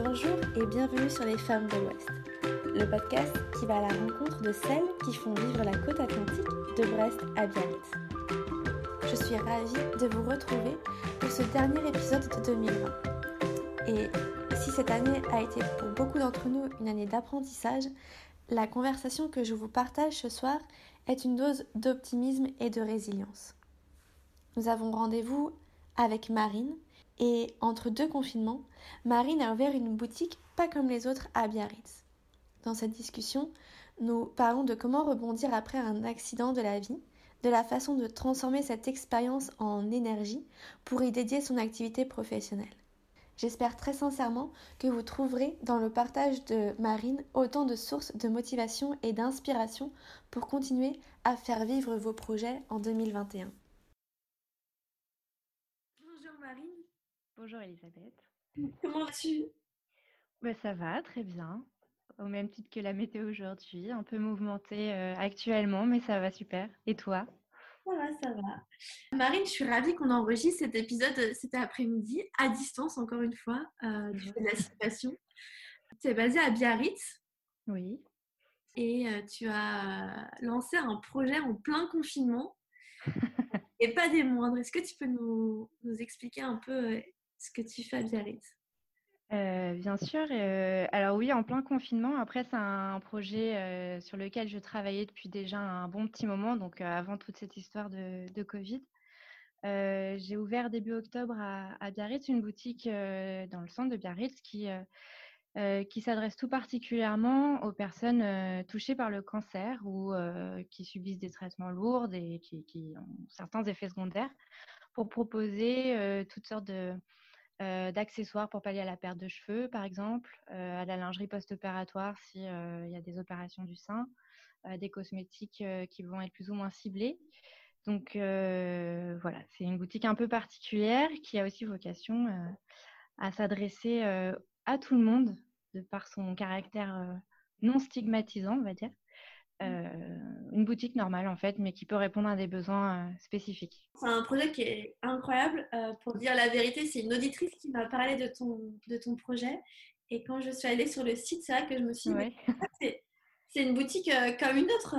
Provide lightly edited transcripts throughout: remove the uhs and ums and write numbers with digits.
Bonjour et bienvenue sur Les Femmes de l'Ouest, le podcast qui va à la rencontre de celles qui font vivre la côte atlantique de Brest à Biarritz. Je suis ravie de vous retrouver pour ce dernier épisode de 2020. Et si cette année a été pour beaucoup d'entre nous une année d'apprentissage, la conversation que je vous partage ce soir est une dose d'optimisme et de résilience. Nous avons rendez-vous avec Marine et entre deux confinements, Marine a ouvert une boutique pas comme les autres à Biarritz. Dans cette discussion, nous parlons de comment rebondir après un accident de la vie, de la façon de transformer cette expérience en énergie pour y dédier son activité professionnelle. J'espère très sincèrement que vous trouverez dans le partage de Marine autant de sources de motivation et d'inspiration pour continuer à faire vivre vos projets en 2021. Bonjour Marine. Bonjour Elisabeth. Comment vas-tu ? Ça va, très bien. Au même titre que la météo aujourd'hui, un peu mouvementée actuellement, mais ça va super. Et toi ? Ça va. Marine, je suis ravie qu'on enregistre cet épisode cet après-midi, à distance encore une fois, du fait de la situation. Tu es basée à Biarritz Oui. et tu as lancé un projet en plein confinement et pas des moindres. Est-ce que tu peux nous expliquer un peu ce que tu fais à Biarritz ? Bien sûr. Alors oui, en plein confinement. Après, c'est un projet sur lequel je travaillais depuis déjà un bon petit moment, donc avant toute cette histoire de Covid. J'ai ouvert début octobre à Biarritz une boutique dans le centre de Biarritz qui s'adresse tout particulièrement aux personnes touchées par le cancer ou qui subissent des traitements lourds et qui ont certains effets secondaires, pour proposer toutes sortes d'accessoires pour pallier à la perte de cheveux, par exemple, à la lingerie post-opératoire si il y a des opérations du sein, des cosmétiques qui vont être plus ou moins ciblés. Donc voilà, c'est une boutique un peu particulière qui a aussi vocation à s'adresser à tout le monde de par son caractère non stigmatisant, on va dire. Une boutique normale en fait, mais qui peut répondre à des besoins spécifiques. C'est un projet qui est incroyable. Pour dire la vérité, c'est une auditrice qui m'a parlé de ton projet. Et quand je suis allée sur le site, c'est vrai que je me suis dit, Ouais. mais c'est une boutique comme une autre.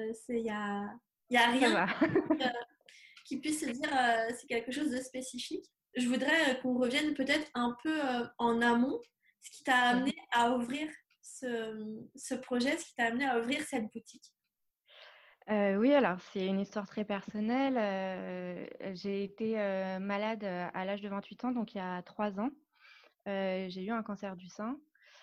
Y a Ça rien va. qui puisse se dire c'est quelque chose de spécifique. Je voudrais qu'on revienne peut-être un peu en amont, ce qui t'a amené à ouvrir ce projet, ce qui t'a amené à ouvrir cette boutique. Oui, alors c'est une histoire très personnelle. J'ai été malade à l'âge de 28 ans, donc il y a 3 ans. J'ai eu un cancer du sein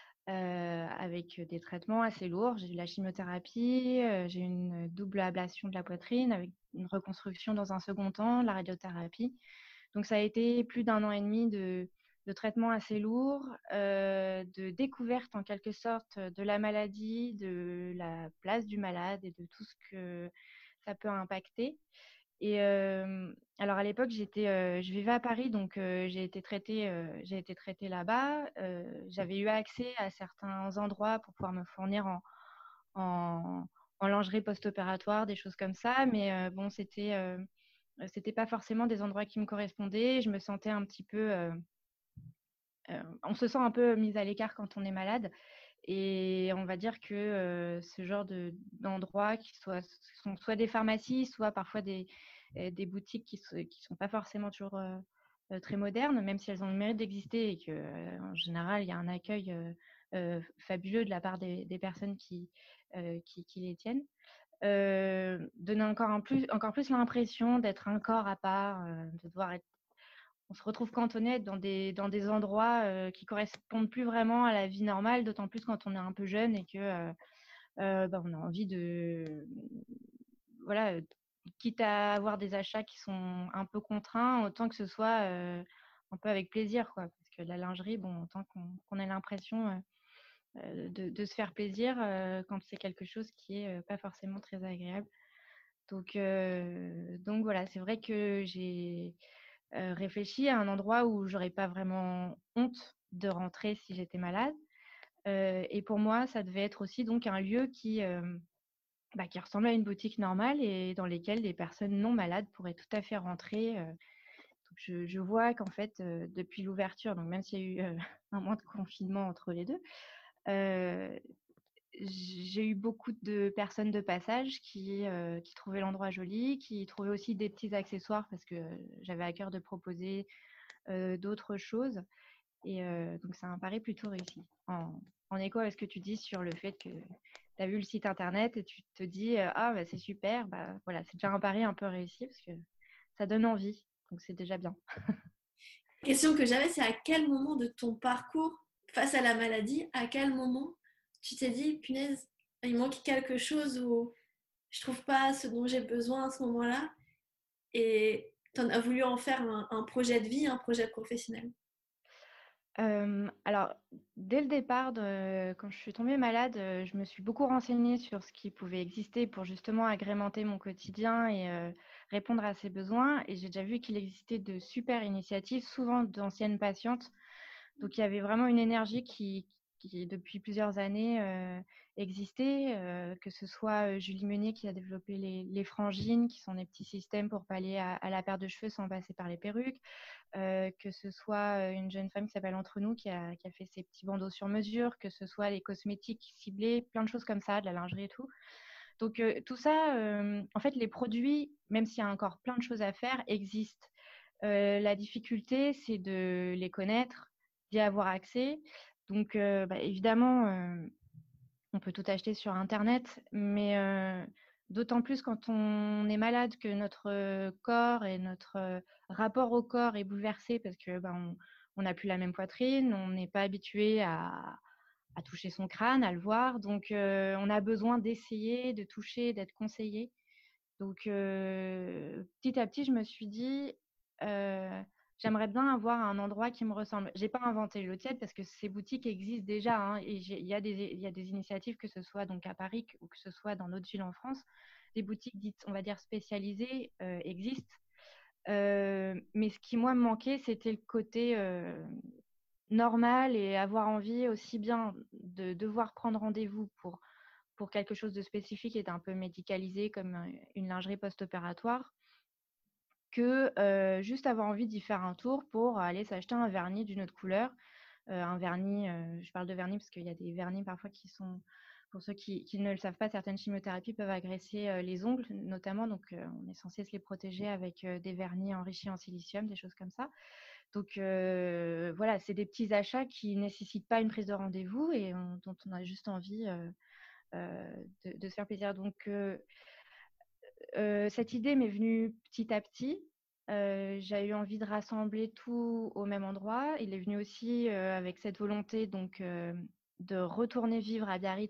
avec des traitements assez lourds. J'ai eu la chimiothérapie, j'ai eu une double ablation de la poitrine avec une reconstruction dans un second temps, la radiothérapie. Donc ça a été plus d'1 an et demi de traitements assez lourds, de découverte en quelque sorte de la maladie, de la place du malade et de tout ce que ça peut impacter. Et alors à l'époque, je vivais à Paris, donc j'ai été traitée là-bas. J'avais eu accès à certains endroits pour pouvoir me fournir en, en lingerie post-opératoire, des choses comme ça, mais bon, c'était pas forcément des endroits qui me correspondaient. Je me sentais un petit peu on se sent un peu mis à l'écart quand on est malade, et on va dire que ce genre d'endroits qui sont soit des pharmacies, soit parfois des boutiques qui sont pas forcément toujours très modernes, même si elles ont le mérite d'exister et que en général il y a un accueil fabuleux de la part des personnes qui les tiennent. Donner encore plus l'impression d'être un corps à part, de devoir être on se retrouve cantonné dans des endroits qui correspondent plus vraiment à la vie normale, d'autant plus quand on est un peu jeune et que on a envie de voilà, quitte à avoir des achats qui sont un peu contraints, autant que ce soit un peu avec plaisir, quoi. Parce que la lingerie, bon, autant qu'on ait l'impression de se faire plaisir quand c'est quelque chose qui est pas forcément très agréable. Donc voilà, c'est vrai que j'ai réfléchi à un endroit où j'aurais pas vraiment honte de rentrer si j'étais malade. Et pour moi, ça devait être aussi donc un lieu qui ressemble à une boutique normale et dans lesquelles les personnes non malades pourraient tout à fait rentrer, je vois qu'en fait, depuis l'ouverture, donc même s'il y a eu un mois de confinement entre les deux, euh, j'ai eu beaucoup de personnes de passage qui trouvaient l'endroit joli, qui trouvaient aussi des petits accessoires parce que j'avais à cœur de proposer d'autres choses. Et donc, ça m'a paru plutôt réussi. En écho à ce que tu dis sur le fait que tu as vu le site internet et tu te dis ah, bah, c'est super, bah, voilà, c'est déjà un pari un peu réussi parce que ça donne envie. Donc, c'est déjà bien. Question que j'avais, c'est à quel moment de ton parcours face à la maladie, à quel moment tu t'es dit, punaise, il manque quelque chose ou je trouve pas ce dont j'ai besoin à ce moment-là et t'en as voulu en faire un projet de vie, un projet professionnel. Alors, dès le départ, quand je suis tombée malade, je me suis beaucoup renseignée sur ce qui pouvait exister pour justement agrémenter mon quotidien et répondre à ses besoins. Et j'ai déjà vu qu'il existait de super initiatives, souvent d'anciennes patientes. Donc, il y avait vraiment une énergie qui depuis plusieurs années, existait, que ce soit Julie Meunier qui a développé les frangines, qui sont des petits systèmes pour pallier à la perte de cheveux sans passer par les perruques. Que ce soit une jeune femme qui s'appelle Entre nous qui a fait ses petits bandeaux sur mesure, que ce soit les cosmétiques ciblés, plein de choses comme ça, de la lingerie et tout. Donc tout ça, en fait, les produits, même s'il y a encore plein de choses à faire, existent. La difficulté, c'est de les connaître, d'y avoir accès. Donc évidemment, on peut tout acheter sur Internet, mais d'autant plus quand on est malade que notre corps et notre rapport au corps est bouleversé parce que on n'a plus la même poitrine, on n'est pas habitué à toucher son crâne, à le voir. Donc, on a besoin d'essayer, de toucher, d'être conseillé. Donc, petit à petit, je me suis dit, euh, j'aimerais bien avoir un endroit qui me ressemble. J'ai pas inventé l'eau tiède parce que ces boutiques existent déjà, hein, et il y a des initiatives, que ce soit donc à Paris ou que ce soit dans d'autres villes en France, des boutiques dites, on va dire, spécialisées existent. Mais ce qui, moi, me manquait, c'était le côté normal et avoir envie aussi bien de devoir prendre rendez-vous pour quelque chose de spécifique et d'un peu médicalisé comme une lingerie post-opératoire, que juste avoir envie d'y faire un tour pour aller s'acheter un vernis d'une autre couleur. Un vernis, je parle de vernis parce qu'il y a des vernis parfois qui sont, pour ceux qui ne le savent pas, certaines chimiothérapies peuvent agresser les ongles notamment, donc on est censé se les protéger avec des vernis enrichis en silicium, des choses comme ça. Donc voilà, c'est des petits achats qui ne nécessitent pas une prise de rendez-vous et dont on a juste envie de se faire plaisir. Donc cette idée m'est venue petit à petit. J'ai eu envie de rassembler tout au même endroit. Il est venu aussi avec cette volonté donc de retourner vivre à Biarritz,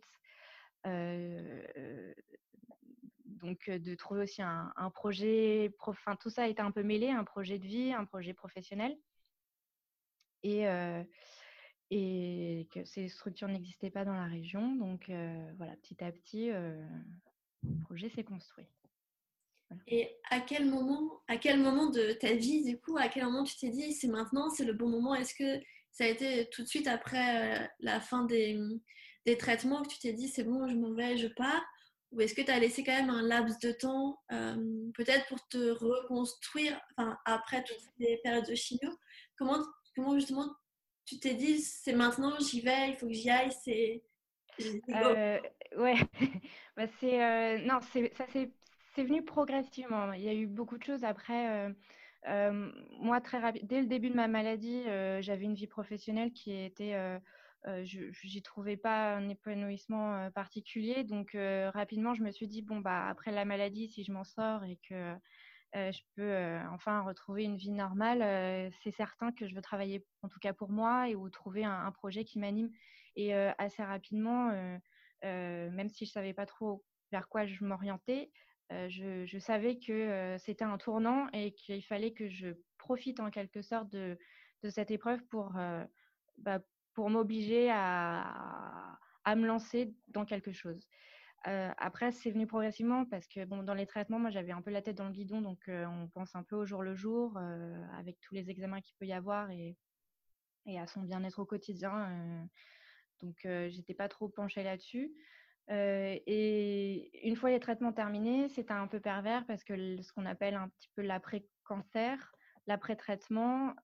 euh, donc de trouver aussi un projet, enfin tout ça a été un peu mêlé, un projet de vie, un projet professionnel, et, euh, et que ces structures n'existaient pas dans la région. Donc voilà, petit à petit, le projet s'est construit. Voilà. Et à quel moment de ta vie, du coup, à quel moment tu t'es dit, c'est maintenant, c'est le bon moment? Est-ce que ça a été tout de suite après la fin des traitements que tu t'es dit, c'est bon, je m'en vais, je pars? Ou est-ce que tu as laissé quand même un laps de temps, peut-être pour te reconstruire, enfin, après toutes ces périodes de chimio? Comment, comment justement tu t'es dit, c'est maintenant, j'y vais, il faut que j'y aille, c'est go. Euh, ouais, non, c'est venu progressivement. Il y a eu beaucoup de choses après. Moi, très rapide, dès le début de ma maladie, j'avais une vie professionnelle qui était, j'y trouvais pas un épanouissement particulier. Donc rapidement, je me suis dit bon bah après la maladie, si je m'en sors et que je peux enfin retrouver une vie normale, c'est certain que je veux travailler, en tout cas pour moi, ou trouver un projet qui m'anime. Et assez rapidement, même si je savais pas trop vers quoi je m'orientais, je savais que c'était un tournant et qu'il fallait que je profite en quelque sorte de cette épreuve bah, pour m'obliger à me lancer dans quelque chose. Après, c'est venu progressivement parce que bon, dans les traitements, moi, j'avais un peu la tête dans le guidon, donc on pense un peu au jour le jour, avec tous les examens qu'il peut y avoir et à son bien-être au quotidien. Donc, j'étais pas trop penchée là-dessus. Et une fois les traitements terminés, c'était un peu pervers parce que ce qu'on appelle un petit peu l'après-cancer, l'après-traitement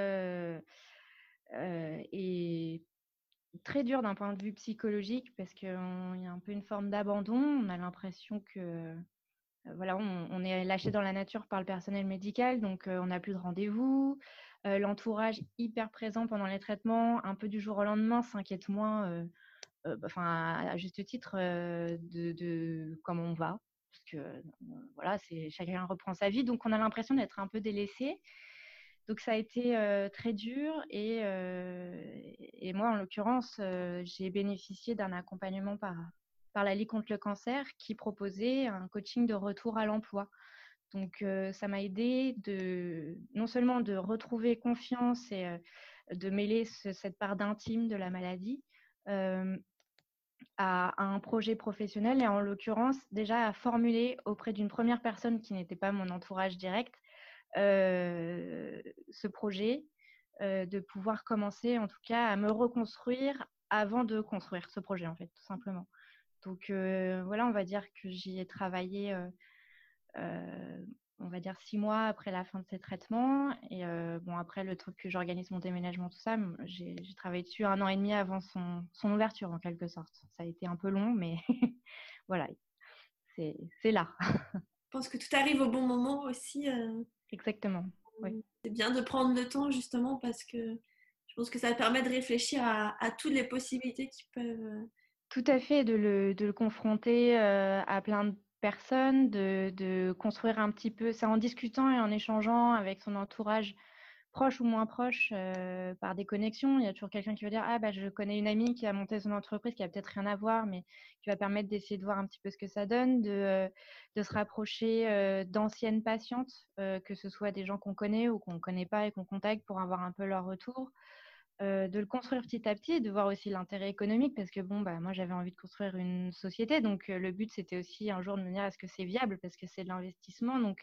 est très dur d'un point de vue psychologique parce qu'il y a un peu une forme d'abandon. On a l'impression que voilà, on est lâché dans la nature par le personnel médical, donc on n'a plus de rendez-vous. L'entourage hyper présent pendant les traitements, un peu du jour au lendemain, s'inquiète moins, enfin à juste titre, de comment on va. Parce que voilà, chacun reprend sa vie, donc on a l'impression d'être un peu délaissé. Donc ça a été très dur et moi, en l'occurrence, j'ai bénéficié d'un accompagnement par la Ligue contre le cancer qui proposait un coaching de retour à l'emploi. Donc ça m'a aidé non seulement de retrouver confiance et de mêler cette part d'intime de la maladie euh, à un projet professionnel et en l'occurrence déjà à formuler auprès d'une première personne qui n'était pas mon entourage direct ce projet, de pouvoir commencer en tout cas à me reconstruire avant de construire ce projet en fait, tout simplement. Donc voilà, on va dire que j'y ai travaillé, on va dire 6 mois après la fin de ces traitements. Et bon, après le truc que j'organise mon déménagement, tout ça, j'ai travaillé dessus 1 an et demi avant son ouverture en quelque sorte. Ça a été un peu long, mais voilà, c'est là. Je pense que tout arrive au bon moment aussi. Exactement. Oui. C'est bien de prendre le temps justement parce que je pense que ça permet de réfléchir à toutes les possibilités qui peuvent. Tout à fait, de le confronter à plein de personnes, de construire un petit peu, c'est en discutant et en échangeant avec son entourage, proche ou moins proche, par des connexions. Il y a toujours quelqu'un qui va dire: «Ah bah, je connais une amie qui a monté son entreprise, qui a peut-être rien à voir, mais qui va permettre d'essayer de voir un petit peu ce que ça donne», de se rapprocher d'anciennes patientes, que ce soit des gens qu'on connaît ou qu'on ne connaît pas et qu'on contacte pour avoir un peu leur retour. De le construire petit à petit et de voir aussi l'intérêt économique parce que bon, bah, moi j'avais envie de construire une société, donc le but c'était aussi un jour de me dire est-ce que c'est viable parce que c'est de l'investissement, donc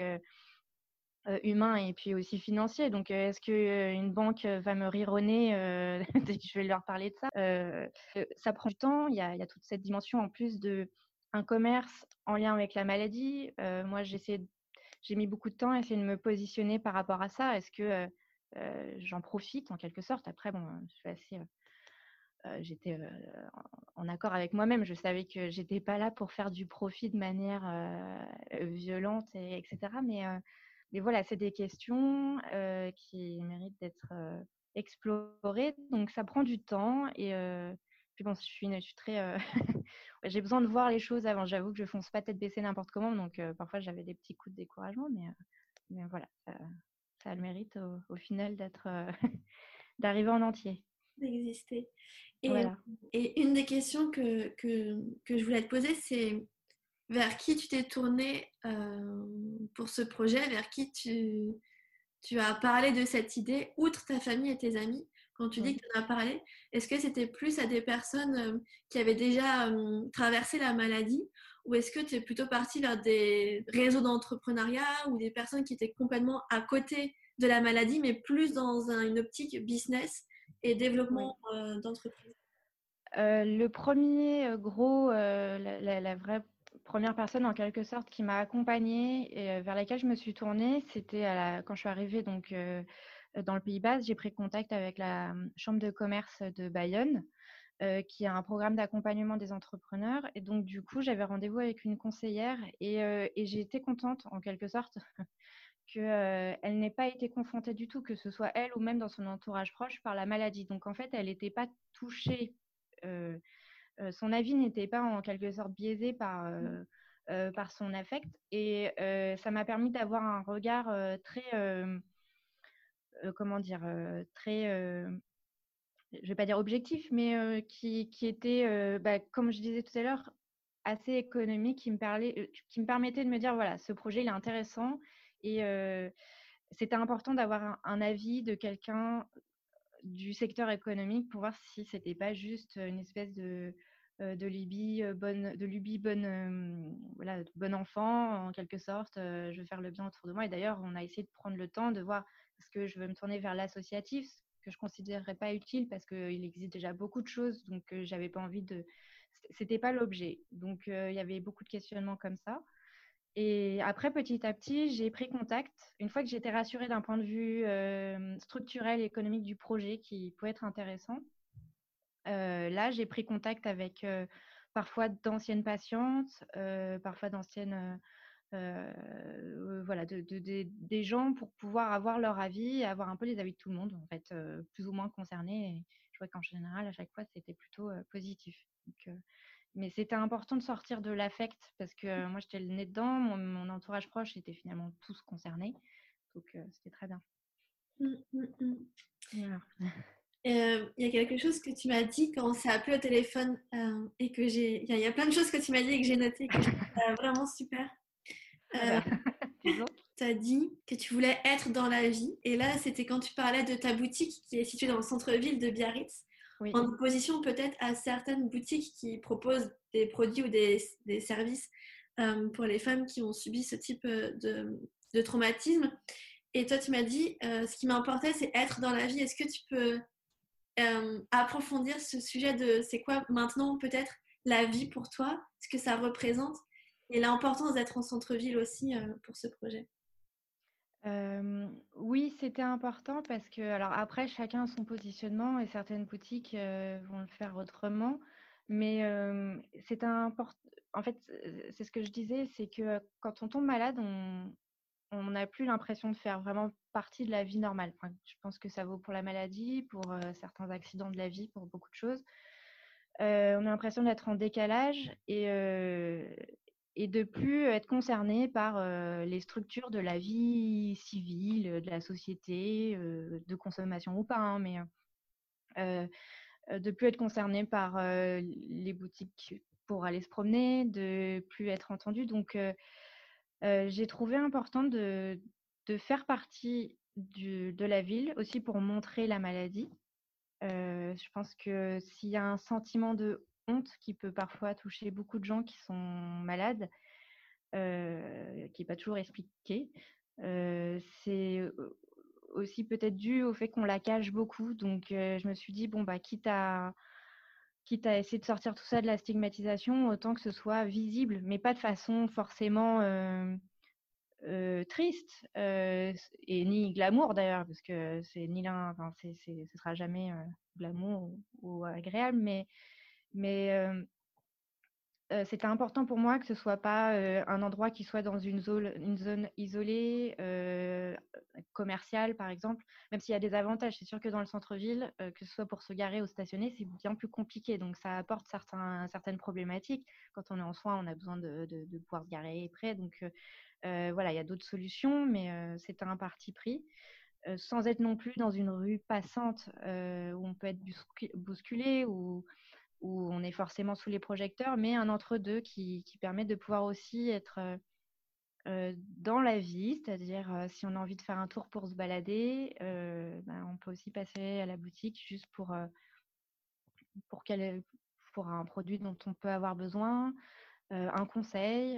humain et puis aussi financier. Donc est-ce que une banque va me rire au nez dès que je vais leur parler de ça? Ça prend du temps. Il y a toute cette dimension en plus de un commerce en lien avec la maladie. Moi j'ai mis beaucoup de temps à essayer de me positionner par rapport à ça. Est-ce que j'en profite en quelque sorte? Après, bon, je suis assez, j'étais en accord avec moi-même. Je savais que j'étais pas là pour faire du profit de manière violente, etc. Mais voilà, c'est des questions qui méritent d'être explorées. Donc, ça prend du temps. Et puis bon, je suis très. Ouais, j'ai besoin de voir les choses avant. J'avoue que je fonce pas tête baissée n'importe comment. Donc, parfois, j'avais des petits coups de découragement. Mais voilà, ça a le mérite au final d'arriver en entier. D'exister. Et, Voilà. et une des questions que je voulais te poser, c'est vers qui tu t'es tournée pour ce projet, vers qui tu as parlé de cette idée, outre ta famille et tes amis. Quand tu dis Oui. que tu en as parlé, est-ce que c'était plus à des personnes qui avaient déjà traversé la maladie ou est-ce que tu es plutôt partie vers des réseaux d'entrepreneuriat ou des personnes qui étaient complètement à côté de la maladie, mais plus dans une optique business et Oui. développement d'entreprise? Le premier gros, la vraie première personne en quelque sorte qui m'a accompagnée et vers laquelle je me suis tournée, c'était quand je suis arrivée donc dans le Pays Basque, j'ai pris contact avec la chambre de commerce de Bayonne, qui a un programme d'accompagnement des entrepreneurs. Et donc du coup, j'avais rendez-vous avec une conseillère et j'ai été contente en quelque sorte qu'elle n'ait pas été confrontée du tout, que ce soit elle ou même dans son entourage proche, par la maladie. Donc en fait, elle n'était pas touchée. euh, Son avis n'était pas en quelque sorte biaisé par son affect. Et ça m'a permis d'avoir un regard très, comment dire, très, je vais pas dire objectif, mais qui était, bah, comme je disais tout à l'heure, assez économique, qui me permettait de me dire, voilà, ce projet, il est intéressant. Et c'était important d'avoir un avis de quelqu'un du secteur économique pour voir si c'était pas juste une espèce de lubie bonne, voilà, bon enfant en quelque sorte. Je veux faire le bien autour de moi. Et d'ailleurs, on a essayé de prendre le temps de voir est-ce que je veux me tourner vers l'associatif, ce que je considérerais pas utile parce qu'il existe déjà beaucoup de choses, donc j'avais pas envie de. C'était pas l'objet. Donc il y avait beaucoup de questionnements comme ça. Et après, petit à petit, j'ai pris contact. Une fois que j'étais rassurée d'un point de vue structurel et économique du projet qui pouvait être intéressant, là, j'ai pris contact avec parfois d'anciennes patientes, parfois d'anciennes, voilà, des gens pour pouvoir avoir leur avis et avoir un peu les avis de tout le monde, en fait, plus ou moins concernés. Et je vois qu'en général, à chaque fois, c'était plutôt positif. Donc, mais c'était important de sortir de l'affect parce que moi, j'étais le nez dedans, mon entourage proche était finalement tous concernés. Donc, c'était très bien. Mm, mm, mm. Voilà. Il y a quelque chose que tu m'as dit quand on s'est appelé au téléphone et que il y a plein de choses que tu m'as dit et que j'ai noté que je trouve vraiment super. Ah Euh, bah, dis donc. Tu as dit que tu voulais être dans la vie et là c'était quand tu parlais de ta boutique qui est située dans le centre-ville de Biarritz, Oui. en opposition peut-être à certaines boutiques qui proposent des produits ou des services pour les femmes qui ont subi ce type de traumatisme. Et toi tu m'as dit ce qui m'importait c'est être dans la vie. Est-ce que tu peux approfondir ce sujet de c'est quoi maintenant peut-être la vie pour toi, ce que ça représente et l'importance d'être en centre-ville aussi pour ce projet. Oui, c'était important parce que, alors après, chacun a son positionnement et certaines boutiques vont le faire autrement. Mais c'est important. En fait, c'est ce que je disais, c'est que quand on tombe malade, on n'a plus l'impression de faire vraiment partie de la vie normale. Enfin, je pense que ça vaut pour la maladie, pour certains accidents de la vie, pour beaucoup de choses. On a l'impression d'être en décalage et de plus être concerné par les structures de la vie civile, de la société, de consommation ou pas, hein, mais de plus être concerné par les boutiques pour aller se promener, de plus être entendu. Donc, j'ai trouvé important de faire partie de la ville aussi pour montrer la maladie. Je pense que s'il y a un sentiment de honte qui peut parfois toucher beaucoup de gens qui sont malades, qui n'est pas toujours expliqué, c'est aussi peut-être dû au fait qu'on la cache beaucoup. Donc, je me suis dit, bon, bah, quitte à essayer de sortir tout ça de la stigmatisation, autant que ce soit visible, mais pas de façon forcément triste et ni glamour d'ailleurs, parce que c'est ni l'un, enfin, ce sera jamais glamour ou agréable, mais c'était important pour moi que ce soit pas un endroit qui soit dans une zone isolée, commerciale par exemple, même s'il y a des avantages. C'est sûr que dans le centre-ville, que ce soit pour se garer ou stationner, c'est bien plus compliqué. Donc ça apporte certaines problématiques. Quand on est en soins, on a besoin de pouvoir se garer près. Donc voilà, il y a d'autres solutions, mais c'était un parti pris. Sans être non plus dans une rue passante où on peut être bousculé ou où on est forcément sous les projecteurs, mais un entre-deux qui permet de pouvoir aussi être dans la vie, c'est-à-dire si on a envie de faire un tour pour se balader, ben, on peut aussi passer à la boutique juste pour, pour un produit dont on peut avoir besoin, un conseil.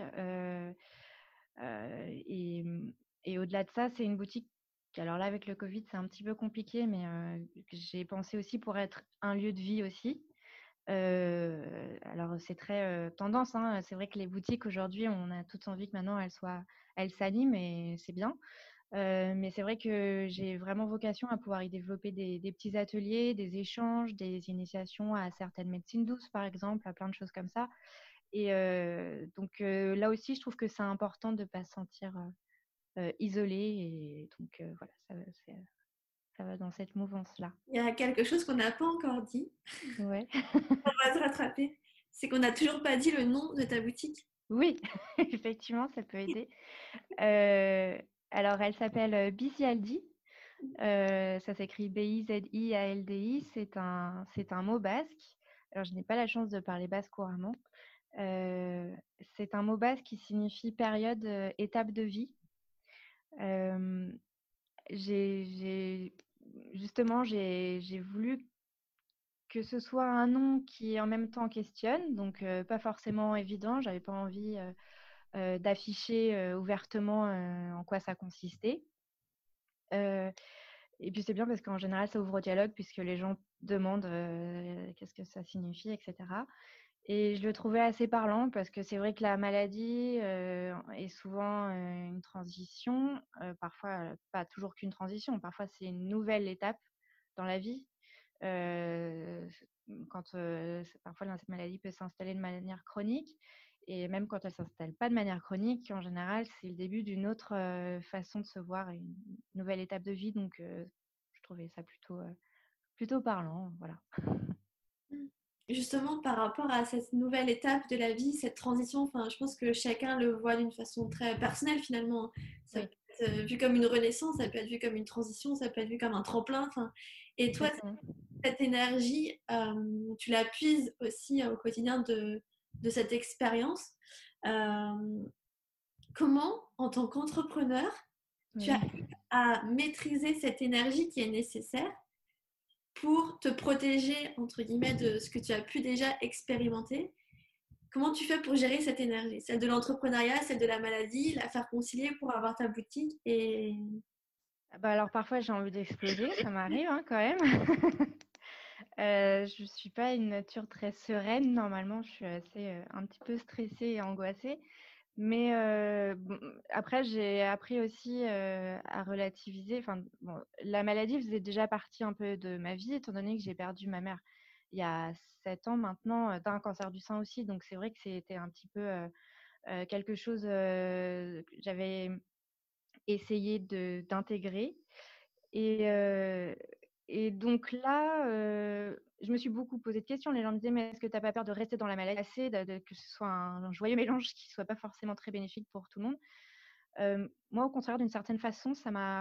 Et, et au-delà de ça, c'est une boutique. Alors là, avec le Covid, c'est un petit peu compliqué, mais que j'ai pensé aussi pour être un lieu de vie aussi. Alors c'est très tendance, hein. C'est vrai que les boutiques aujourd'hui, on a toute envie que maintenant elles s'animent et c'est bien. Mais c'est vrai que j'ai vraiment vocation à pouvoir y développer des petits ateliers, des échanges, des initiations à certaines médecines douces, par exemple, à plein de choses comme ça. Et donc là aussi, je trouve que c'est important de ne pas se sentir isolé. Et donc voilà, ça va dans cette mouvance-là. Il y a quelque chose qu'on n'a pas encore dit, Ouais. on va se rattraper, c'est qu'on n'a toujours pas dit le nom de ta boutique. Oui, effectivement, ça peut aider. Euh, alors, elle s'appelle Bizialdi. Ça s'écrit Bizialdi. C'est un mot basque. Alors, je n'ai pas la chance de parler basque couramment. Euh, c'est un mot basque qui signifie période, étape de vie. Euh, j'ai, justement, j'ai voulu que ce soit un nom qui en même temps questionne, donc pas forcément évident. J'avais pas envie d'afficher ouvertement en quoi ça consistait. Et puis c'est bien parce qu'en général, ça ouvre au dialogue puisque les gens demandent qu'est-ce que ça signifie, etc. Et je le trouvais assez parlant parce que c'est vrai que la maladie est souvent une transition, parfois pas toujours qu'une transition, parfois c'est une nouvelle étape dans la vie. Euh, Quand parfois la maladie peut s'installer de manière chronique, et même quand elle s'installe pas de manière chronique, en général c'est le début d'une autre façon de se voir, et une nouvelle étape de vie. Donc je trouvais ça plutôt parlant, voilà. Mm. Justement, par rapport à cette nouvelle étape de la vie, cette transition, enfin, je pense que chacun le voit d'une façon très personnelle finalement. Ça peut Oui, être vu comme une renaissance, ça peut être vu comme une transition, ça peut être vu comme un tremplin. Enfin, et toi, exactement. cette énergie, tu la puises aussi au quotidien de cette expérience. Euh, Comment, en tant qu'entrepreneur, tu Oui. arrives à maîtriser cette énergie qui est nécessaire pour te protéger, entre guillemets, de ce que tu as pu déjà expérimenter? Comment tu fais pour gérer cette énergie, celle de l'entrepreneuriat, celle de la maladie, la faire concilier pour avoir ta boutique et... Bah alors parfois j'ai envie d'exploser, ça m'arrive hein, quand même. Je suis pas une nature très sereine normalement, je suis assez un petit peu stressée et angoissée. Mais bon, après j'ai appris aussi à relativiser. Enfin, bon, la maladie faisait déjà partie un peu de ma vie, étant donné que j'ai perdu ma mère il y a 7 ans maintenant, d'un cancer du sein aussi. Donc c'est vrai que c'était un petit peu quelque chose que j'avais essayé d'intégrer. Et, euh, et donc là, je me suis beaucoup posé de questions. Les gens me disaient, mais est-ce que tu n'as pas peur de rester dans la maladie, que ce soit un joyeux mélange qui ne soit pas forcément très bénéfique pour tout le monde? Moi, au contraire, d'une certaine façon,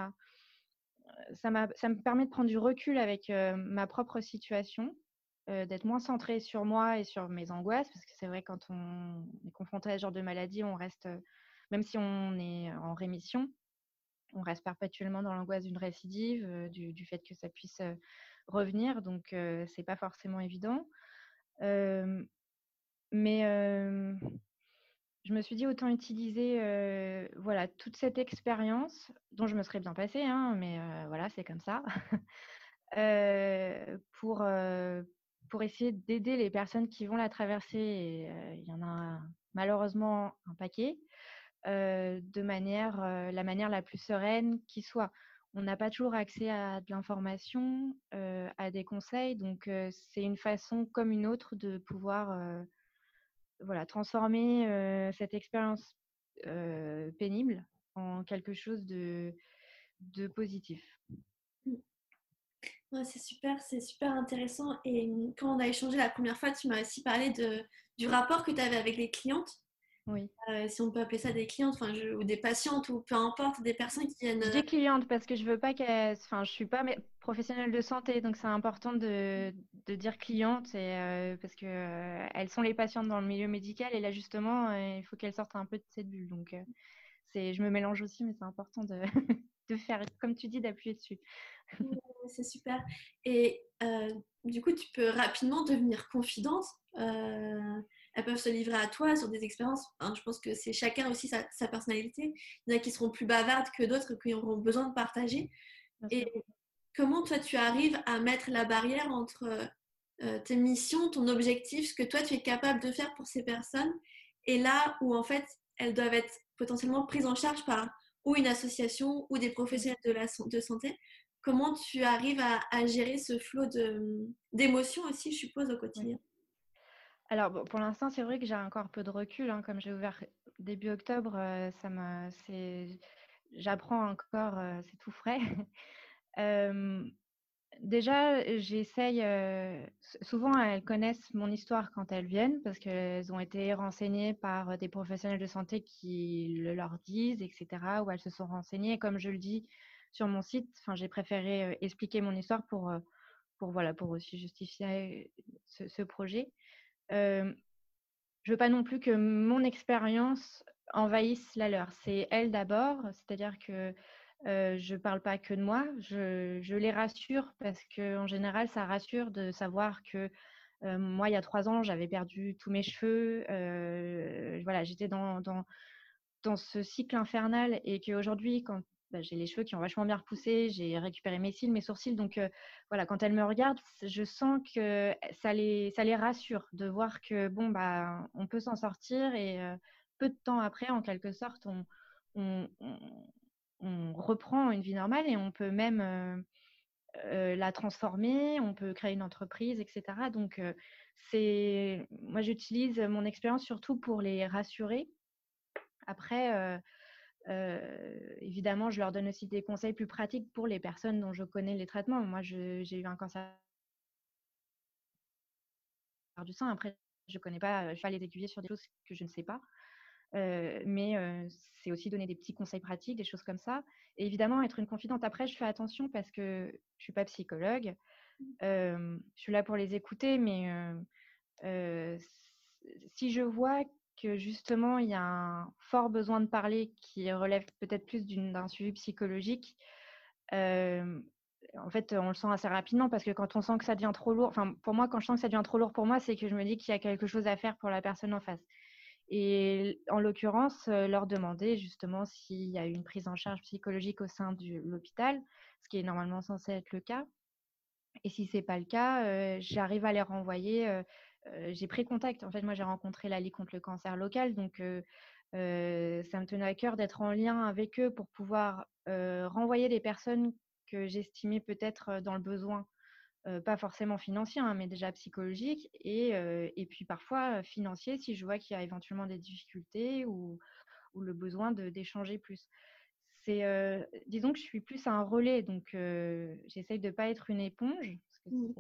ça me permet de prendre du recul avec ma propre situation, d'être moins centrée sur moi et sur mes angoisses, parce que c'est vrai, quand on est confronté à ce genre de maladie, on reste, même si on est en rémission, on reste perpétuellement dans l'angoisse d'une récidive, du fait que ça puisse revenir. Donc, c'est pas forcément évident. Euh, mais je me suis dit, autant utiliser voilà, toute cette expérience, dont je me serais bien passée, hein, mais voilà, c'est comme ça, euh, pour, euh, pour essayer d'aider les personnes qui vont la traverser. Et il y en a malheureusement un paquet. La manière la plus sereine qui soit. On n'a pas toujours accès à de l'information, à des conseils, donc c'est une façon comme une autre de pouvoir voilà, transformer cette expérience pénible en quelque chose de positif. Ouais, c'est super intéressant. Et quand on a échangé la première fois, tu m'as aussi parlé du rapport que tu avais avec les clientes. Oui. Si on peut appeler ça des clientes, enfin, ou des patientes, ou peu importe, des personnes qui viennent. Je dis cliente parce que je veux pas qu'elle, enfin, je suis pas professionnelle de santé, donc c'est important de dire cliente, et parce que elles sont les patientes dans le milieu médical, et là justement, il faut qu'elles sortent un peu de cette bulle. Donc je me mélange aussi, mais c'est important de de faire, comme tu dis, d'appuyer dessus. Ouais, c'est super. Et du coup, tu peux rapidement devenir confidente. Elles peuvent se livrer à toi sur des expériences. Hein, je pense que c'est chacun aussi sa personnalité. Il y en a qui seront plus bavardes que d'autres, qui auront besoin de partager. Bien Et sûr. comment toi, tu arrives à mettre la barrière entre tes missions, ton objectif, ce que toi, tu es capable de faire pour ces personnes, et là où en fait, elles doivent être potentiellement prises en charge par ou une association ou des Mm. professionnels de santé. Comment tu arrives à gérer ce flot d'émotions aussi, je suppose, au Oui. quotidien? Alors bon, pour l'instant, c'est vrai que j'ai encore peu de recul, hein. Comme j'ai ouvert début octobre, j'apprends encore, c'est tout frais. Euh, Déjà, j'essaye. Souvent, elles connaissent mon histoire quand elles viennent, parce qu'elles ont été renseignées par des professionnels de santé qui le leur disent, etc., ou elles se sont renseignées. Comme je le dis sur mon site, enfin, j'ai préféré expliquer mon histoire voilà, pour aussi justifier ce projet. Euh, je veux pas non plus que mon expérience envahisse la leur. C'est elles d'abord, c'est-à-dire que je parle pas que de moi, je les rassure, parce que en général, ça rassure de savoir que moi, il y a 3 ans, j'avais perdu tous mes cheveux. Voilà, j'étais dans ce cycle infernal, et qu'aujourd'hui, quand j'ai les cheveux qui ont vachement bien repoussé, j'ai récupéré mes cils, mes sourcils. Donc voilà, quand elles me regardent, je sens que ça les rassure de voir que bon, on peut s'en sortir et peu de temps après, en quelque sorte, on, on- on reprend une vie normale et on peut même la transformer, on peut créer une entreprise, etc. Donc, moi, j'utilise mon expérience surtout pour les rassurer. Après, évidemment, je leur donne aussi des conseils plus pratiques pour les personnes dont je connais les traitements. Moi, j'ai eu un cancer du sein. Après, je connais pas, je vais pas les aiguiller sur des choses que je ne sais pas. Mais c'est aussi donner des petits conseils pratiques, des choses comme ça. Et évidemment, être une confidente. Après, je fais attention parce que je suis pas psychologue. Je suis là pour les écouter, mais si je vois que justement il y a un fort besoin de parler qui relève peut-être plus d'un suivi psychologique, en fait, on le sent assez rapidement parce que quand on sent que ça devient trop lourd, enfin pour moi, quand je sens que ça devient trop lourd pour moi, c'est que je me dis qu'il y a quelque chose à faire pour la personne en face. Et en l'occurrence, leur demander justement s'il y a une prise en charge psychologique au sein de l'hôpital, ce qui est normalement censé être le cas. Et si c'est pas le cas, j'arrive à les renvoyer. J'ai pris contact. En fait, moi, j'ai rencontré la Ligue contre le cancer local, donc ça me tenait à cœur d'être en lien avec eux pour pouvoir renvoyer les personnes que j'estimais peut-être dans le besoin, pas forcément financier, hein, mais déjà psychologique, et puis parfois financier si je vois qu'il y a éventuellement des difficultés ou le besoin d'échanger plus. Disons que je suis plus un relais, donc j'essaye de ne pas être une éponge, parce que Mm.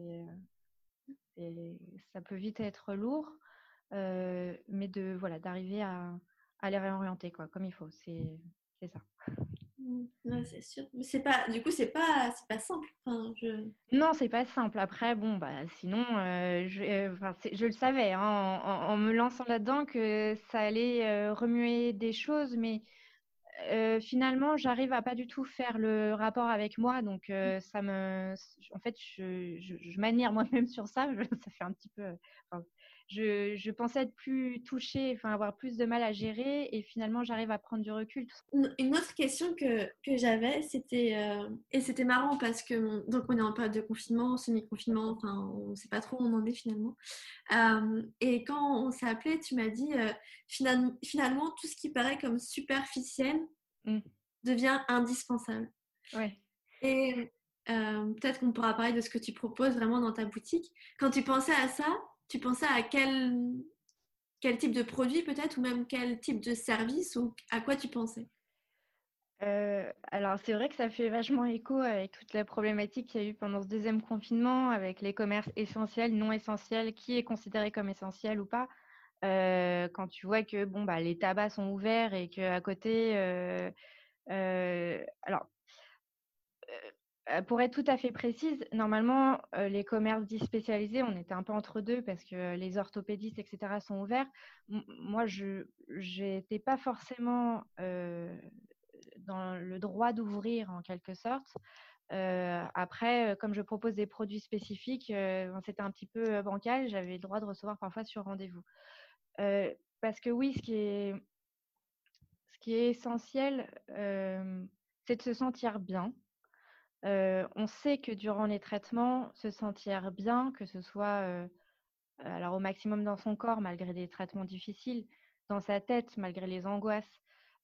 ça peut vite être lourd, mais voilà, d'arriver à les réorienter, quoi, comme il faut. C'est ça. Ouais, c'est sûr. Mais du coup, c'est pas simple. Enfin, Non, c'est pas simple. Après, bon, sinon, enfin, je le savais, hein, en me lançant là-dedans que ça allait remuer des choses, mais finalement, j'arrive à pas du tout faire le rapport avec moi, donc en fait, je m'admire moi-même sur ça. Ça fait un petit peu, enfin, je pensais être plus touchée, enfin avoir plus de mal à gérer, et finalement, j'arrive à prendre du recul. Une autre question que j'avais, et c'était marrant parce que, donc on est en période de confinement, semi-confinement, enfin on sait pas trop où on en est finalement. Et quand on s'est appelé, tu m'as dit, finalement, tout ce qui paraît comme superficiel Mm. devient indispensable. Ouais. Et peut-être qu'on pourra parler de ce que tu proposes vraiment dans ta boutique. Quand tu pensais à ça, tu pensais à quel type de produit peut-être, ou même quel type de service, ou à quoi tu pensais? Alors c'est vrai que ça fait vachement écho avec toute la problématique qu'il y a eu pendant ce deuxième confinement, avec les commerces essentiels, non essentiels, qui est considéré comme essentiel ou pas. Quand tu vois que bon, les tabacs sont ouverts et qu'à côté, alors pour être tout à fait précise, normalement, les commerces dits spécialisés, on était un peu entre deux parce que les orthopédistes, etc., sont ouverts. Moi, je n'étais pas forcément dans le droit d'ouvrir en quelque sorte. Après, comme je propose des produits spécifiques, c'était un petit peu bancal. J'avais le droit de recevoir parfois sur rendez-vous. Parce que oui, ce qui est essentiel, c'est de se sentir bien. On sait que durant les traitements, se sentir bien, que ce soit alors au maximum dans son corps, malgré des traitements difficiles, dans sa tête, malgré les angoisses,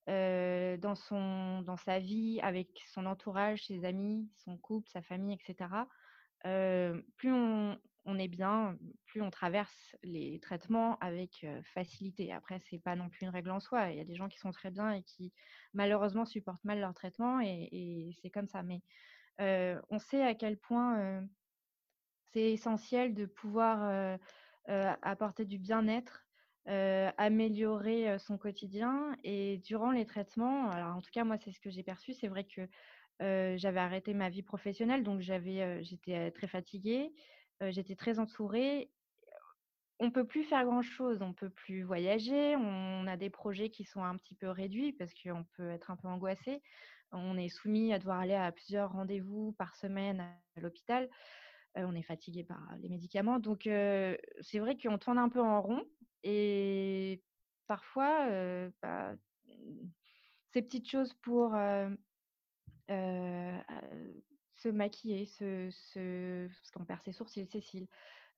dans sa vie, avec son entourage, ses amis, son couple, sa famille, etc. Plus on est bien, plus on traverse les traitements avec facilité. Après, c'est pas non plus une règle en soi. Il y a des gens qui sont très bien et qui malheureusement supportent mal leur traitement et c'est comme ça. Mais on sait à quel point c'est essentiel de pouvoir apporter du bien-être, améliorer son quotidien. Et durant les traitements, alors en tout cas, moi, c'est ce que j'ai perçu. C'est vrai que j'avais arrêté ma vie professionnelle, donc j'étais très fatiguée, j'étais très entourée. On peut plus faire grand-chose, on peut plus voyager, on a des projets qui sont un petit peu réduits parce qu'on peut être un peu angoissé. On est soumis à devoir aller à plusieurs rendez-vous par semaine à l'hôpital. On est fatigué par les médicaments. Donc, c'est vrai qu'on tourne un peu en rond et parfois, ces petites choses pour se maquiller, parce qu'on perd ses sourcils, ses cils,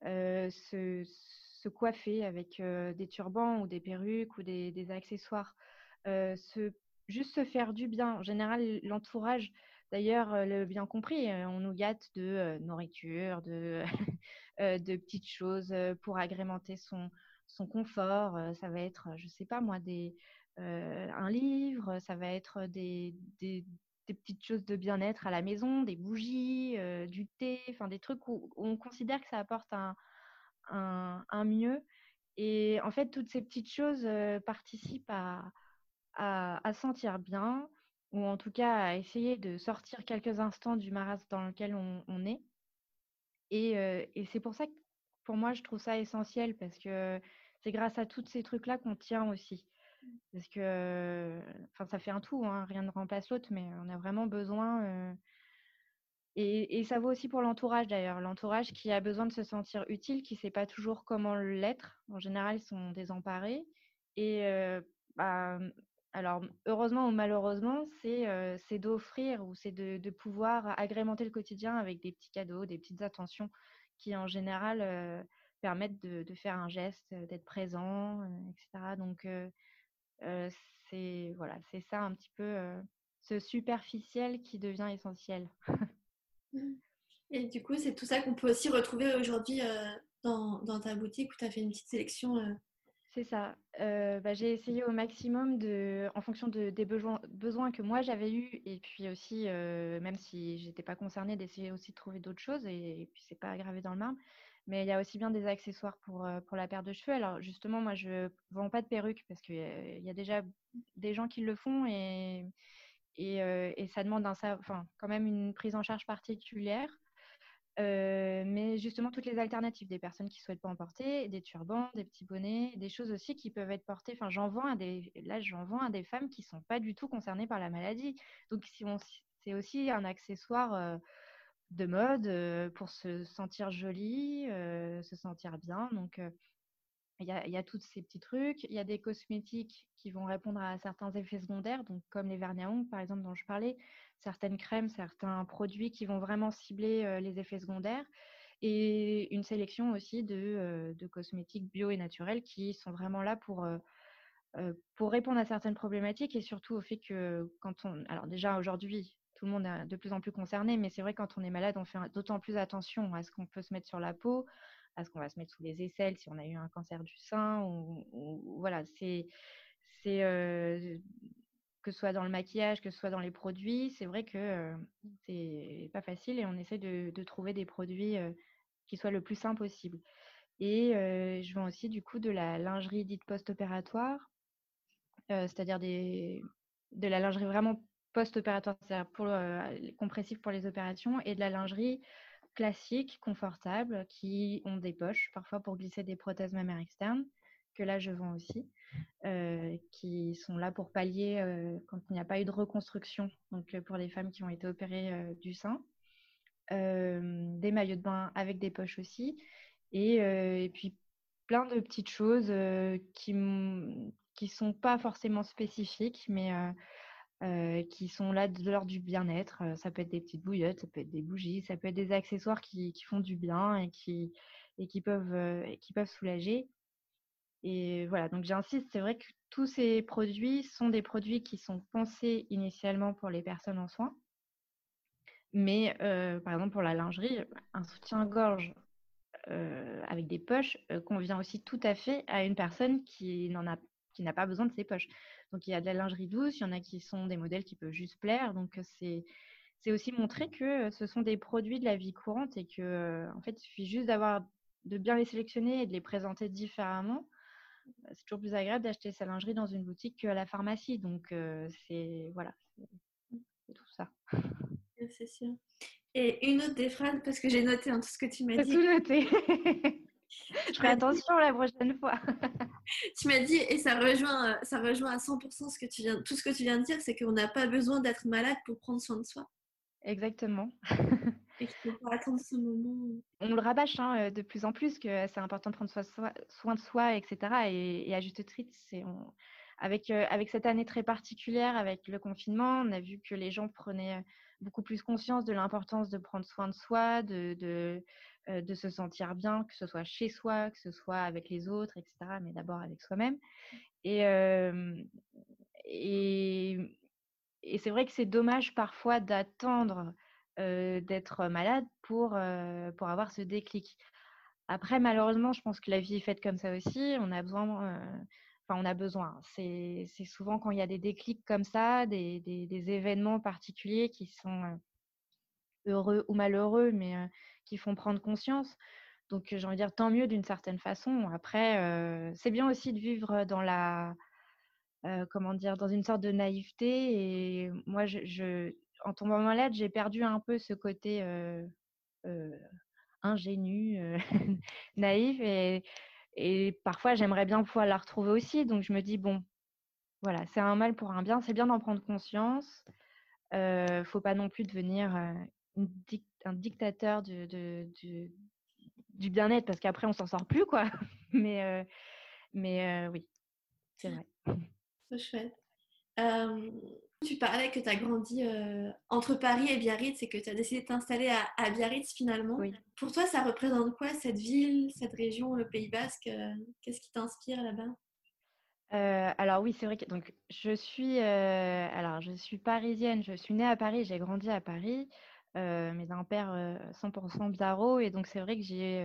se coiffer avec des turbans ou des perruques ou des accessoires, se juste se faire du bien. En général, l'entourage, d'ailleurs, le bien compris, on nous gâte de nourriture, de, de petites choses pour agrémenter son confort. Ça va être, je sais pas moi, un livre, ça va être des petites choses de bien-être à la maison, des bougies, du thé, enfin des trucs où on considère que ça apporte un mieux. Et en fait, toutes ces petites choses participent à sentir bien, ou en tout cas à essayer de sortir quelques instants du marasme dans lequel on est. Et c'est pour ça que pour moi, je trouve ça essentiel parce que c'est grâce à tous ces trucs-là qu'on tient aussi. Parce que, enfin, ça fait un tout, hein, rien ne remplace l'autre, mais on a vraiment besoin. Et ça vaut aussi pour l'entourage d'ailleurs. L'entourage qui a besoin de se sentir utile, qui ne sait pas toujours comment l'être. En général, ils sont désemparés. Et bah, alors, heureusement ou malheureusement, c'est d'offrir ou c'est de pouvoir agrémenter le quotidien avec des petits cadeaux, des petites attentions qui, en général, permettent de faire un geste, d'être présent, etc. Donc, euh, voilà, c'est ça un petit peu ce superficiel qui devient essentiel. Mmh. Et du coup, c'est tout ça qu'on peut aussi retrouver aujourd'hui dans ta boutique où tu as fait une petite sélection. C'est ça. Bah, j'ai essayé au maximum en fonction des besoins que moi j'avais eus, et puis aussi, même si j'étais pas concernée, d'essayer aussi de trouver d'autres choses, et puis c'est pas gravé dans le marbre. Mais il y a aussi bien des accessoires pour la paire de cheveux. Alors justement, moi je vends pas de perruques parce qu'il y a déjà des gens qui le font, et ça demande enfin, quand même une prise en charge particulière. Mais justement, toutes les alternatives, des personnes qui souhaitent pas en porter, des turbans, des petits bonnets, des choses aussi qui peuvent être portées. Enfin, j'en vends à des femmes qui sont pas du tout concernées par la maladie. Donc, c'est aussi un accessoire de mode pour se sentir jolie, se sentir bien. Donc, il y a tous ces petits trucs. Il y a des cosmétiques qui vont répondre à certains effets secondaires, donc comme les vernis à ongles, par exemple, dont je parlais, certaines crèmes, certains produits qui vont vraiment cibler les effets secondaires, et une sélection aussi de cosmétiques bio et naturels qui sont vraiment là pour répondre à certaines problématiques, et surtout au fait que alors déjà aujourd'hui, tout le monde est de plus en plus concerné, mais c'est vrai que quand on est malade, on fait d'autant plus attention à ce qu'on peut se mettre sur la peau, à ce qu'on va se mettre sous les aisselles si on a eu un cancer du sein, voilà, c'est que ce soit dans le maquillage, que ce soit dans les produits, c'est vrai que c'est pas facile, et on essaie de trouver des produits qui soient le plus sains possible. Et je vends aussi du coup de la lingerie dite post-opératoire, c'est-à-dire de la lingerie vraiment post-opératoire, c'est-à-dire compressif pour les opérations, et de la lingerie classique, confortable, qui ont des poches, parfois pour glisser des prothèses mammaires externes, que là je vends aussi, qui sont là pour pallier quand il n'y a pas eu de reconstruction, donc pour les femmes qui ont été opérées du sein. Des maillots de bain avec des poches aussi, et puis plein de petites choses qui sont pas forcément spécifiques, mais qui sont là de l'ordre du bien-être. Ça peut être des petites bouillottes, ça peut être des bougies, ça peut être des accessoires qui font du bien et qui peuvent soulager. Et voilà, donc j'insiste, c'est vrai que tous ces produits sont des produits qui sont pensés initialement pour les personnes en soins. Mais par exemple, pour la lingerie, un soutien-gorge avec des poches convient aussi tout à fait à une personne qui n'a pas besoin de ses poches. Donc il y a de la lingerie douce, il y en a qui sont des modèles qui peuvent juste plaire. Donc c'est aussi montrer que ce sont des produits de la vie courante, et que en fait, il suffit juste de bien les sélectionner et de les présenter différemment. C'est toujours plus agréable d'acheter sa lingerie dans une boutique qu'à la pharmacie. Donc voilà, c'est tout ça. C'est sûr. Et une autre des phrases, parce que j'ai noté tout ce que tu m'as T'as dit. tout noté. Je Tu ferai m'as dit, attention la prochaine fois. et ça rejoint à 100% tout ce que tu viens de dire, c'est qu'on n'a pas besoin d'être malade pour prendre soin de soi. Exactement. Et qu'il ne faut pas attendre ce moment. On le rabâche de plus en plus, que c'est important de prendre soin de soi, etc. Et à juste titre, avec cette année très particulière, avec le confinement, on a vu que les gens prenaient beaucoup plus conscience de l'importance de prendre soin de soi, de se sentir bien, que ce soit chez soi, que ce soit avec les autres, etc., mais d'abord avec soi-même. Et, et, et c'est vrai que c'est dommage parfois d'attendre d'être malade pour avoir ce déclic. Après, malheureusement, je pense que la vie est faite comme ça aussi. On a besoin, enfin, on a besoin. C'est souvent quand il y a des déclics comme ça, des événements particuliers qui sont heureux ou malheureux, mais qui font prendre conscience. Donc, j'ai envie de dire, tant mieux d'une certaine façon. Après, c'est bien aussi de vivre dans comment dire, dans une sorte de naïveté. Et moi, en tombant malade, j'ai perdu un peu ce côté euh, ingénu, naïf. Et parfois, j'aimerais bien pouvoir la retrouver aussi. Donc, je me dis, bon, voilà, c'est un mal pour un bien. C'est bien d'en prendre conscience. Faut pas non plus devenir un dictateur du bien-être parce qu'après, on s'en sort plus, quoi. Mais, oui, c'est vrai. Trop chouette. Euh, Tu parlais que tu as grandi entre Paris et Biarritz et que tu as décidé de t'installer à Biarritz finalement. Oui. Pour toi, ça représente quoi cette ville, cette région, le Pays Basque qu'est-ce qui t'inspire là-bas? Alors oui, c'est vrai que donc je suis parisienne, je suis née à Paris, j'ai grandi à Paris, mais d'un père 100% biarro, et donc c'est vrai que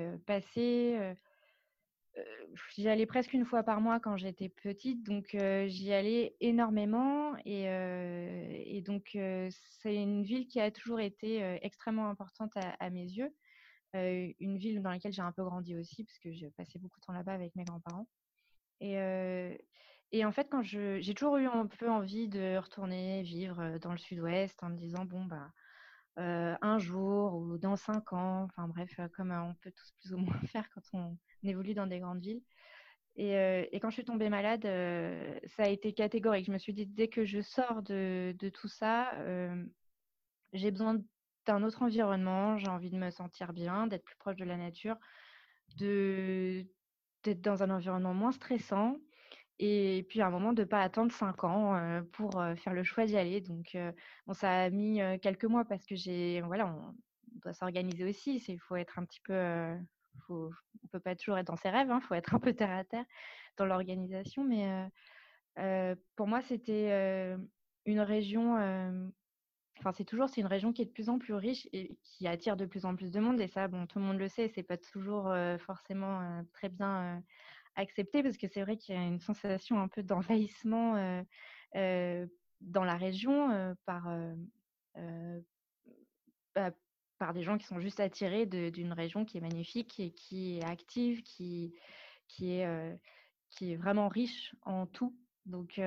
j'y allais presque une fois par mois quand j'étais petite, donc j'y allais énormément, et donc c'est une ville qui a toujours été extrêmement importante à mes yeux, une ville dans laquelle j'ai un peu grandi aussi parce que j'ai passé beaucoup de temps là-bas avec mes grands-parents. Et, euh, et en fait, j'ai toujours eu un peu envie de retourner vivre dans le sud-ouest en me disant, bon, bah, un jour ou dans 5 ans, enfin bref, comme on peut tous plus ou moins faire quand on évolue dans des grandes villes. Et quand je suis tombée malade, ça a été catégorique. Je me suis dit, dès que je sors de tout ça, j'ai besoin d'un autre environnement, j'ai envie de me sentir bien, d'être plus proche de la nature, de d'être dans un environnement moins stressant. Et puis à un moment, de ne pas attendre 5 ans pour faire le choix d'y aller. Donc, bon, ça a mis quelques mois parce que voilà, on doit s'organiser aussi. Il faut être un petit peu, on peut pas toujours être dans ses rêves, il faut être un peu terre à terre dans l'organisation. Mais pour moi, c'était une région, enfin, c'est une région qui est de plus en plus riche et qui attire de plus en plus de monde. Et ça, bon, tout le monde le sait, c'est pas toujours forcément très bien accepté parce que c'est vrai qu'il y a une sensation un peu d'envahissement euh, dans la région euh, bah, par des gens qui sont juste attirés d'une région qui est magnifique et qui est active, qui est, euh, qui est vraiment riche en tout. Donc,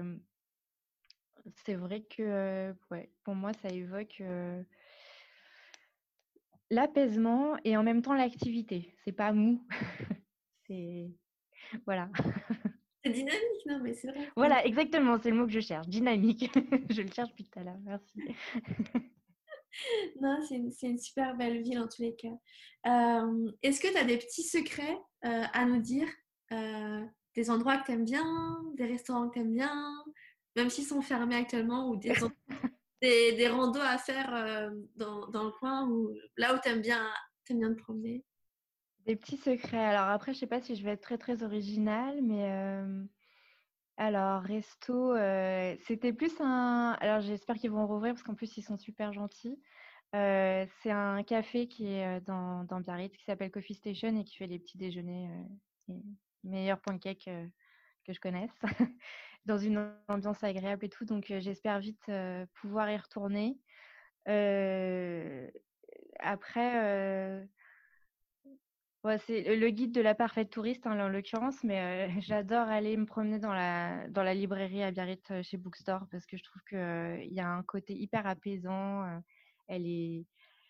c'est vrai que ouais, pour moi, ça évoque l'apaisement et en même temps l'activité. C'est pas mou. C'est voilà. C'est dynamique, non, mais c'est vrai. Voilà, exactement, c'est le mot que je cherche, dynamique. Je le cherche depuis tout à l'heure, merci. Non, c'est une super belle ville en tous les cas. Est-ce que tu as des petits secrets à nous dire? Euh, des endroits que tu aimes bien, des restaurants que tu aimes bien, même s'ils sont fermés actuellement, ou des randos à faire dans le coin, ou là où t'aimes bien te promener? Des petits secrets. Alors après, je sais pas si je vais être très très originale, mais alors resto, c'était plus un. Alors j'espère qu'ils vont rouvrir parce qu'en plus ils sont super gentils. C'est un café qui est dans Biarritz qui s'appelle Coffee Station et qui fait les petits déjeuners, les meilleurs pancakes que je connaisse, dans une ambiance agréable et tout. Donc j'espère vite pouvoir y retourner. Euh, Après, ouais, c'est le guide de la parfaite touriste, hein, là, en l'occurrence, mais j'adore aller me promener dans la librairie à Biarritz chez Bookstore parce que je trouve que, il y a un côté hyper apaisant. Elle est,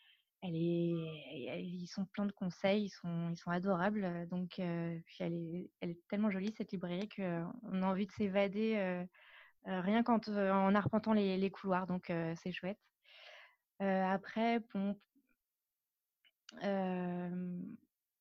ils sont pleins de conseils, ils sont adorables. Donc, puis elle est tellement jolie cette librairie qu'on a envie de s'évader rien en arpentant les couloirs. Donc, c'est chouette. Après, bon, euh,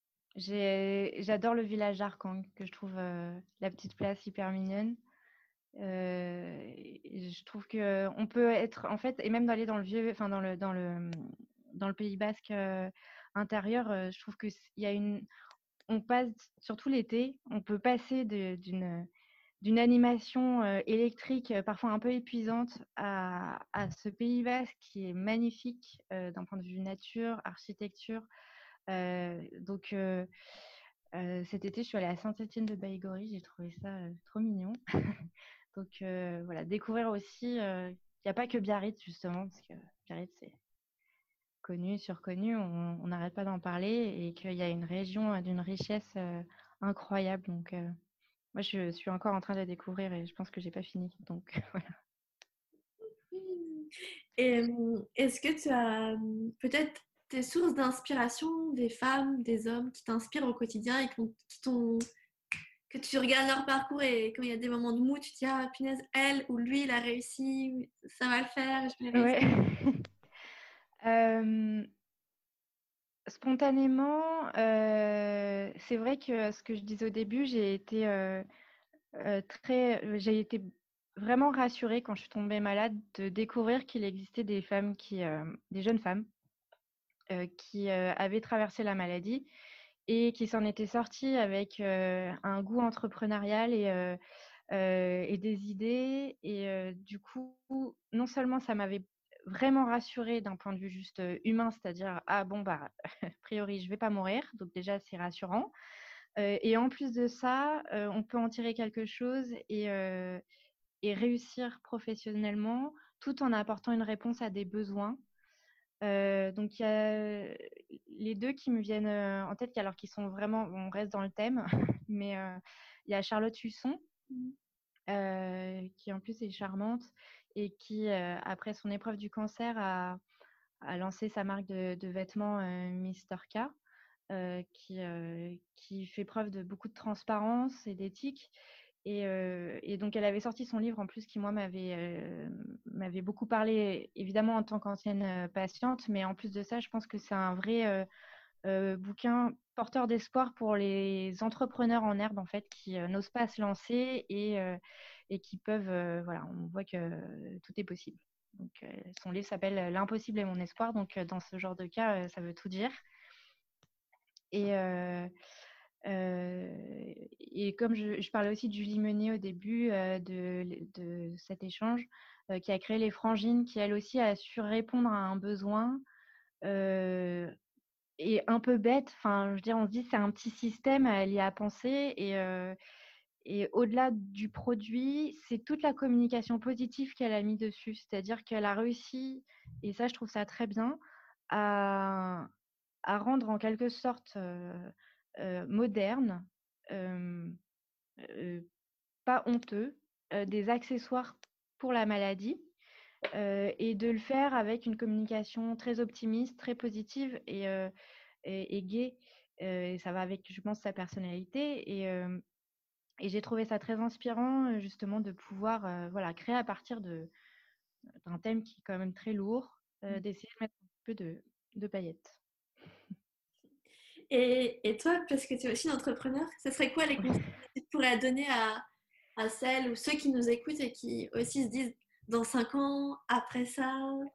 j'adore le village d'Arkang, que je trouve la petite place hyper mignonne. Et je trouve qu'on peut être, en fait, et même d'aller dans le vieux, enfin dans le Pays basque intérieur, je trouve que il y a on passe, surtout l'été, on peut passer d'une animation électrique parfois un peu épuisante à ce Pays basque qui est magnifique d'un point de vue nature, architecture. Donc cet été, je suis allée à Saint-Étienne-de-Baïgorry, j'ai trouvé ça trop mignon. Donc voilà, découvrir aussi qu'il n'y a pas que Biarritz justement, parce que Biarritz c'est connu, surconnu, on n'arrête pas d'en parler et qu'il y a une région d'une richesse incroyable. Donc moi je suis encore en train de la découvrir et je pense que j'ai pas fini. Donc voilà. Et est-ce que tu as peut-être des sources d'inspiration, des femmes, des hommes qui t'inspirent au quotidien et que tu regardes leur parcours et quand il y a des moments de mou, tu te dis ah punaise, elle ou lui, il a réussi, ça va le faire, je vais réussir. Ouais. Euh, Spontanément, c'est vrai que ce que je disais au début, j'ai été vraiment rassurée quand je suis tombée malade de découvrir qu'il existait des jeunes femmes qui avaient traversé la maladie et qui s'en étaient sorties avec un goût entrepreneurial et des idées. Et du coup, non seulement ça m'avait vraiment rassurée d'un point de vue juste humain, c'est-à-dire, ah bon, bah, a priori, je vais pas mourir, donc déjà, c'est rassurant. Et en plus de ça, on peut en tirer quelque chose et réussir professionnellement tout en apportant une réponse à des besoins. Donc, il y a les deux qui me viennent en tête, alors qu'ils sont vraiment, on reste dans le thème, mais il y a Charlotte Husson, qui en plus est charmante et qui, après son épreuve du cancer, a lancé sa marque de vêtements Mister K, qui fait preuve de beaucoup de transparence et d'éthique. Et donc, elle avait sorti son livre en plus qui, moi, m'avait beaucoup parlé, évidemment, en tant qu'ancienne patiente. Mais en plus de ça, je pense que c'est un vrai bouquin porteur d'espoir pour les entrepreneurs en herbe, en fait, qui n'osent pas se lancer et qui peuvent, voilà, on voit que tout est possible. Donc, son livre s'appelle L'impossible est mon espoir. Donc, dans ce genre de cas, ça veut tout dire. Et, et comme je parlais aussi de Julie Meunier au début de cet échange, qui a créé les Frangines, qui elle aussi a su répondre à un besoin et un peu bête. Enfin, je veux dire, on se dit c'est un petit système, elle y a pensé et au-delà du produit, c'est toute la communication positive qu'elle a mis dessus. C'est-à-dire qu'elle a réussi, et ça je trouve ça très bien, à, à rendre en quelque sorte moderne, euh, euh, pas honteux, des accessoires pour la maladie et de le faire avec une communication très optimiste, très positive et gaie. Et ça va avec, je pense, sa personnalité. Et j'ai trouvé ça très inspirant, justement, de pouvoir voilà, créer à partir d'un thème qui est quand même très lourd, d'essayer de mettre un peu de paillettes. Et toi, parce que tu es aussi une entrepreneur, ce serait quoi les conseils que tu pourrais donner à celles ou ceux qui nous écoutent et qui aussi se disent dans 5 ans, après ça?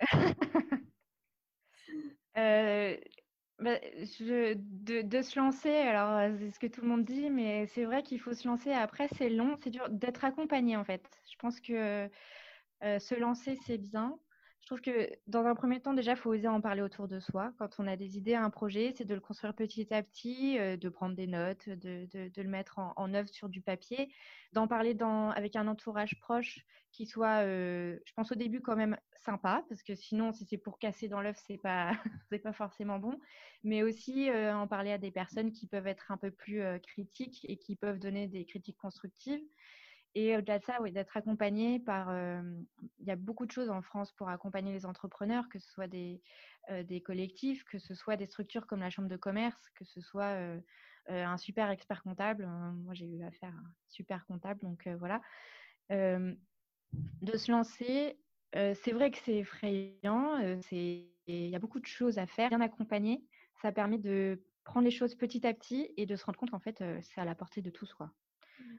Euh, Bah, de se lancer, alors c'est ce que tout le monde dit, mais c'est vrai qu'il faut se lancer. Après, c'est long, c'est dur d'être accompagné en fait. Je pense que se lancer, c'est bien. Je trouve que dans un premier temps, déjà, il faut oser en parler autour de soi. Quand on a des idées, un projet, c'est de le construire petit à petit, de prendre des notes, de le mettre en œuvre sur du papier, d'en parler avec un entourage proche qui soit, je pense au début quand même sympa, parce que sinon, si c'est pour casser dans l'œuf, c'est pas, c'est pas forcément bon. Mais aussi en parler à des personnes qui peuvent être un peu plus critiques et qui peuvent donner des critiques constructives. Et au-delà de ça, oui, d'être accompagné par. Il y a beaucoup de choses en France pour accompagner les entrepreneurs, que ce soit des collectifs, que ce soit des structures comme la Chambre de commerce, que ce soit un super expert comptable. Moi, j'ai eu affaire à un super comptable, donc voilà. Euh, de se lancer, c'est vrai que c'est effrayant, il y a beaucoup de choses à faire. Bien accompagné, ça permet de prendre les choses petit à petit et de se rendre compte qu'en fait, c'est à la portée de tous, quoi. Enfin,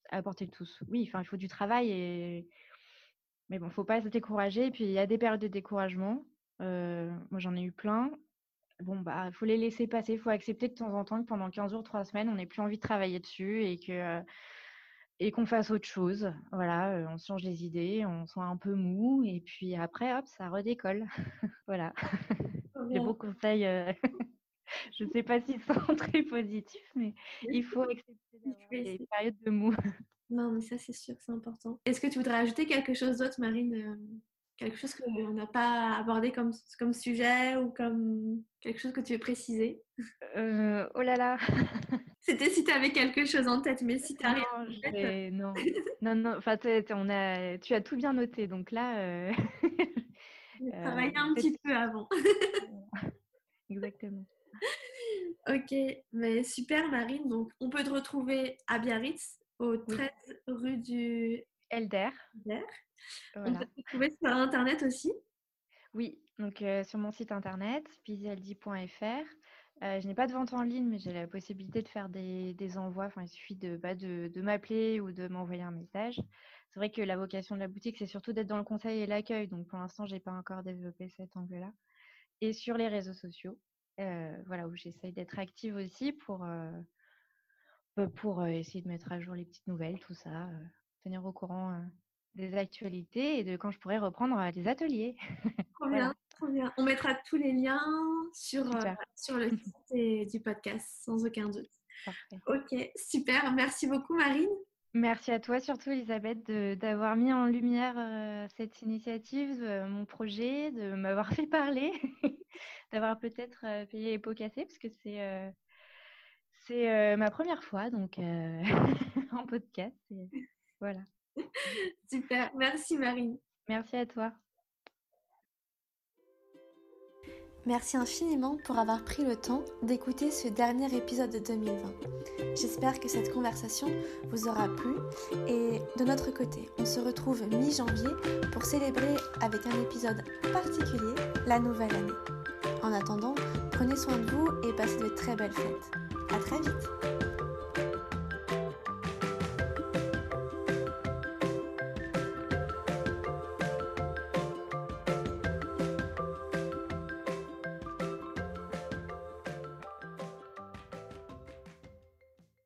à la portée de tous. Oui, enfin, il faut du travail mais bon, faut pas se décourager. Et puis, il y a des périodes de découragement. Moi, j'en ai eu plein. Bon, bah, faut les laisser passer. Faut accepter de temps en temps que pendant 15 jours, 3 semaines, on n'ait plus envie de travailler dessus et qu'on fasse autre chose. Voilà, on se change les idées, on soit un peu mou et puis après, hop, ça redécolle. Voilà. Trop Les bien. bons conseils, je ne sais pas s'ils sont très positifs, mais il faut accepter Il d'avoir faut des essayer. périodes de mou. Non, mais ça, c'est sûr, c'est important. Est-ce que tu voudrais ajouter quelque chose d'autre, Marine? Quelque chose qu'on n'a pas abordé comme sujet ou comme quelque chose que tu veux préciser? Oh là là! C'était si tu avais quelque chose en tête, mais si tu n'as rien Non, en tête, non. Non, non, enfin, tu as tout bien noté, donc là, j'ai travaillé un peut-être petit peu avant. exactement. Ok, mais super, Marine. Donc, on peut te retrouver à Biarritz, au Oui, 13 rue du Elder, Vert. On peut voilà. te retrouver sur Internet aussi. Oui, donc sur mon site internet, pisialdi.fr. Je n'ai pas de vente en ligne, mais j'ai la possibilité de faire des envois. Enfin, il suffit de m'appeler ou de m'envoyer un message. C'est vrai que la vocation de la boutique, c'est surtout d'être dans le conseil et l'accueil. Donc, pour l'instant, j'ai pas encore développé cet angle-là. Et sur les réseaux sociaux, voilà, où j'essaye d'être active aussi pour essayer de mettre à jour les petites nouvelles, tout ça, tenir au courant des actualités et de quand je pourrai reprendre les ateliers. Trop bien, Voilà, trop bien. On mettra tous les liens super, sur le site du podcast, sans aucun doute. parfait. Ok, super. Merci beaucoup, Marine. Merci à toi surtout, Elisabeth, d'avoir mis en lumière cette initiative, mon projet, de m'avoir fait parler, d'avoir peut-être payé les pots cassés, parce que c'est ma première fois donc en podcast. Voilà. Super. Merci, Marine. Merci à toi. Merci infiniment pour avoir pris le temps d'écouter ce dernier épisode de 2020. J'espère que cette conversation vous aura plu et de notre côté, on se retrouve mi-janvier pour célébrer avec un épisode particulier la nouvelle année. En attendant, prenez soin de vous et passez de très belles fêtes. À très vite!